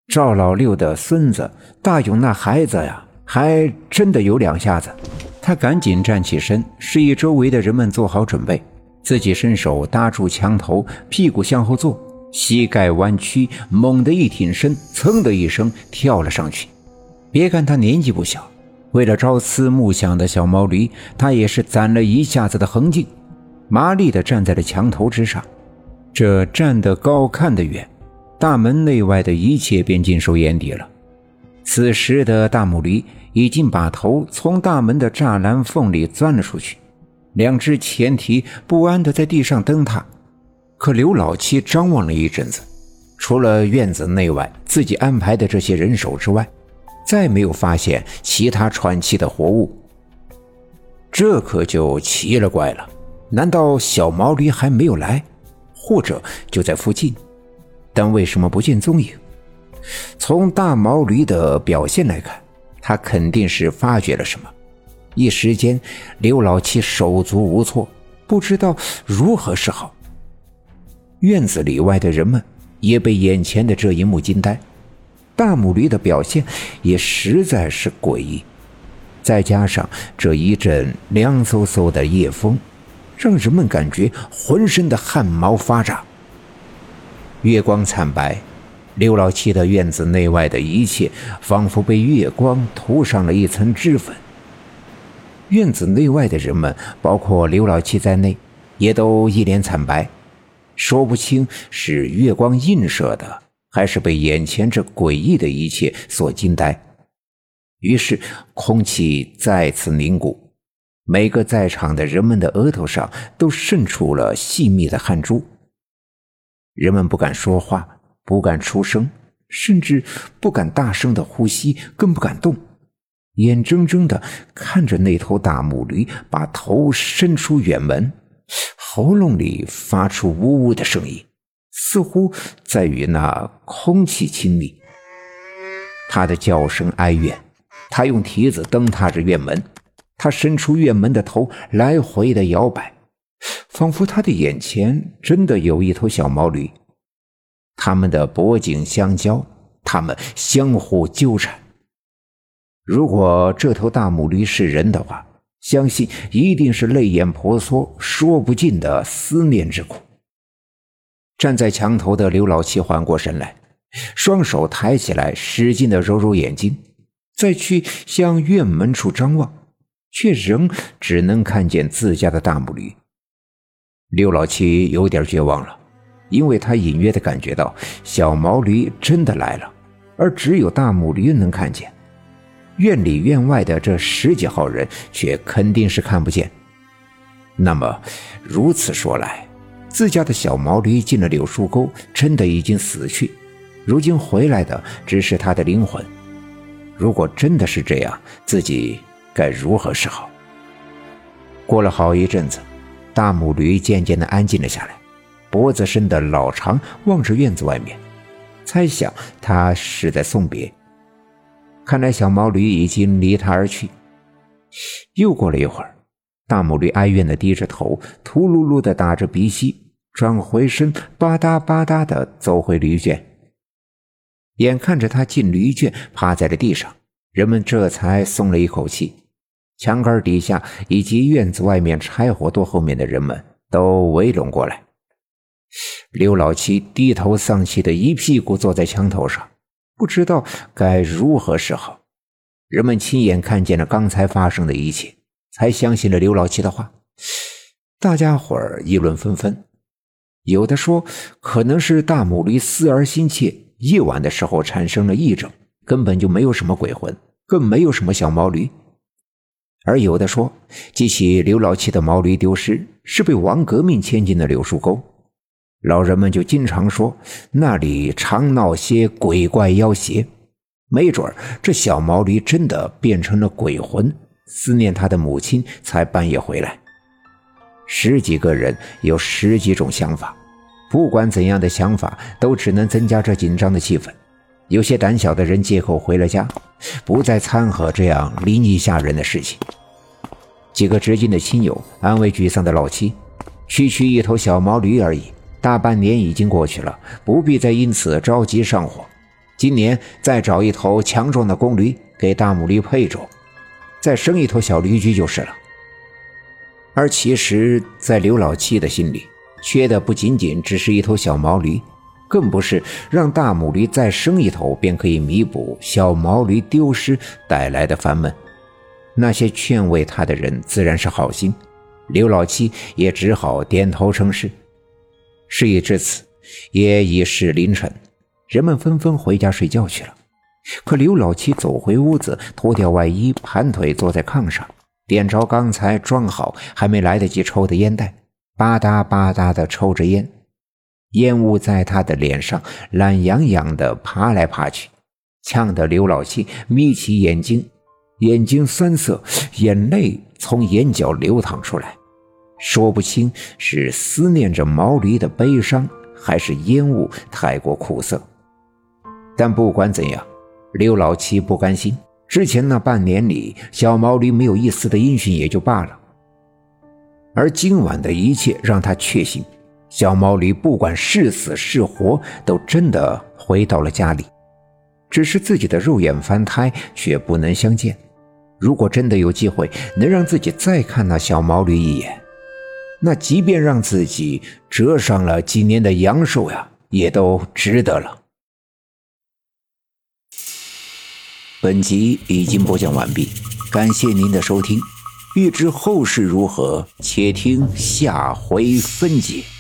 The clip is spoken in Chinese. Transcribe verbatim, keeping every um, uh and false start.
赵老六的孙子大勇那孩子呀，还真的有两下子。他赶紧站起身，示意周围的人们做好准备，自己伸手搭住墙头，屁股向后坐，膝盖弯曲，猛地一挺身，噌的一声跳了上去。别看他年纪不小，为了朝思暮想的小毛驴，他也是攒了一下子的横劲，麻利地站在了墙头之上。这站得高看得远，大门内外的一切便尽收眼底了。此时的大母驴已经把头从大门的栅栏缝里钻了出去，两只前蹄不安地在地上蹬踏。可刘老七张望了一阵子，除了院子内外自己安排的这些人手之外，再没有发现其他喘气的活物。这可就奇了怪了，难道小毛驴还没有来，或者就在附近？但为什么不见踪影？从大毛驴的表现来看，他肯定是发觉了什么。一时间刘老七手足无措，不知道如何是好。院子里外的人们也被眼前的这一幕惊呆，大母驴的表现也实在是诡异，再加上这一阵凉飕飕的夜风，让人们感觉浑身的汗毛发炸。月光惨白，刘老七的院子内外的一切仿佛被月光涂上了一层脂粉。院子内外的人们，包括刘老七在内，也都一脸惨白，说不清是月光映射的，还是被眼前这诡异的一切所惊呆。于是空气再次凝固，每个在场的人们的额头上都渗出了细密的汗珠。人们不敢说话，不敢出声，甚至不敢大声的呼吸，更不敢动，眼睁睁地看着那头大母驴把头伸出远门，喉咙里发出呜呜的声音，似乎在与那空气亲密。他的叫声哀怨，他用蹄子蹬踏着院门，他伸出院门的头来回的摇摆，仿佛他的眼前真的有一头小毛驴，他们的脖颈相交，他们相互纠缠。如果这头大母驴是人的话，相信一定是泪眼婆娑，说不尽的思念之苦。站在墙头的刘老七缓过神来，双手抬起来，使劲的揉揉眼睛，再去向院门处张望，却仍只能看见自家的大母驴。刘老七有点绝望了，因为他隐约地感觉到小毛驴真的来了，而只有大母驴能看见。院里院外的这十几号人却肯定是看不见。那么如此说来，自家的小毛驴进了柳树沟，真的已经死去，如今回来的只是他的灵魂。如果真的是这样，自己该如何是好？过了好一阵子，大母驴渐渐地安静了下来，脖子伸得老长，望着院子外面，猜想他是在送别。看来小毛驴已经离他而去。又过了一会儿，大母驴哀怨地低着头，秃噜噜地打着鼻息，转回身，吧嗒吧嗒地走回驴圈。眼看着他进驴圈，趴在了地上，人们这才松了一口气。墙杆底下以及院子外面柴火垛后面的人们都围拢过来。刘老七低头丧气的一屁股坐在墙头上，不知道该如何是好。人们亲眼看见了刚才发生的一切，才相信了刘老七的话。大家伙儿议论纷纷，有的说可能是大母驴思儿心切，夜晚的时候产生了癔症，根本就没有什么鬼魂，更没有什么小毛驴。而有的说记起刘老七的毛驴丢失是被王革命牵进了柳树沟，老人们就经常说那里常闹些鬼怪妖邪，没准这小毛驴真的变成了鬼魂，思念他的母亲才半夜回来。十几个人有十几种想法，不管怎样的想法都只能增加这紧张的气氛。有些胆小的人借口回了家，不再掺和这样灵异吓人的事情。几个知心的亲友安慰沮丧的老七，区区一头小毛驴而已，大半年已经过去了，不必再因此着急上火。 今年再找一头强壮的公驴给大母驴配种，再生一头小驴驹就是了。而其实在刘老七的心里，缺的不仅仅只是一头小毛驴，更不是让大母驴再生一头便可以弥补小毛驴丢失带来的烦闷。那些劝慰他的人自然是好心，刘老七也只好点头称是。事已至此，也已是凌晨，人们纷纷回家睡觉去了。可刘老七走回屋子，脱掉外衣，盘腿坐在炕上，点着刚才装好还没来得及抽的烟袋，吧嗒吧嗒地抽着烟，烟雾在他的脸上懒洋洋地爬来爬去，呛得刘老七眯起眼睛，眼睛酸涩，眼泪从眼角流淌出来，说不清是思念着毛驴的悲伤，还是烟雾太过苦涩。但不管怎样，刘老七不甘心，之前那半年里小毛驴没有一丝的音讯也就罢了，而今晚的一切让他确信，小毛驴不管是死是活都真的回到了家里，只是自己的肉眼凡胎却不能相见。如果真的有机会能让自己再看那小毛驴一眼，那即便让自己折上了几年的阳寿呀，也都值得了。本集已经播讲完毕，感谢您的收听。欲知后事如何，且听下回分解。